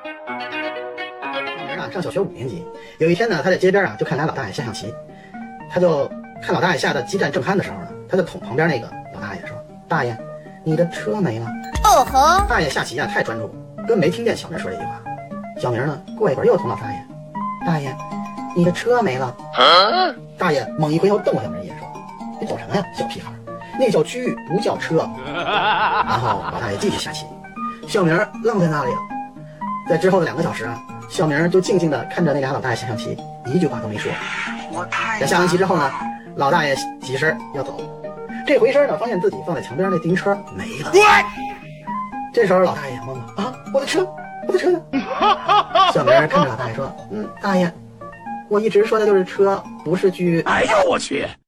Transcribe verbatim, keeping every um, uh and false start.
小明啊，上小学五年级，有一天呢，他在街边啊就看俩老大爷下象棋，他就看老大爷下的激战正酣的时候呢，他就捅旁边那个老大爷说：“大爷，你的车没了。”哦吼！大爷下棋啊太专注，跟没听见小明说这句话。小明呢，过一会儿又捅老大爷：“大爷，你的车没了。”大爷猛一回头瞪了小明一眼说：“你懂什么呀，小屁孩？那叫车，不叫车。”然后老大爷继续下棋，小明愣在那里了。在之后的两个小时啊，小明就静静地看着那俩老大爷下象棋，一句话都没说。在下完棋之后呢，老大爷起身要走，这回身呢，发现自己放在墙边那自行车没了。这时候老大爷懵了啊，我的车，我的车呢？小明看着老大爷说：“嗯，大爷，我一直说的就是车，不是车。”哎呦我去！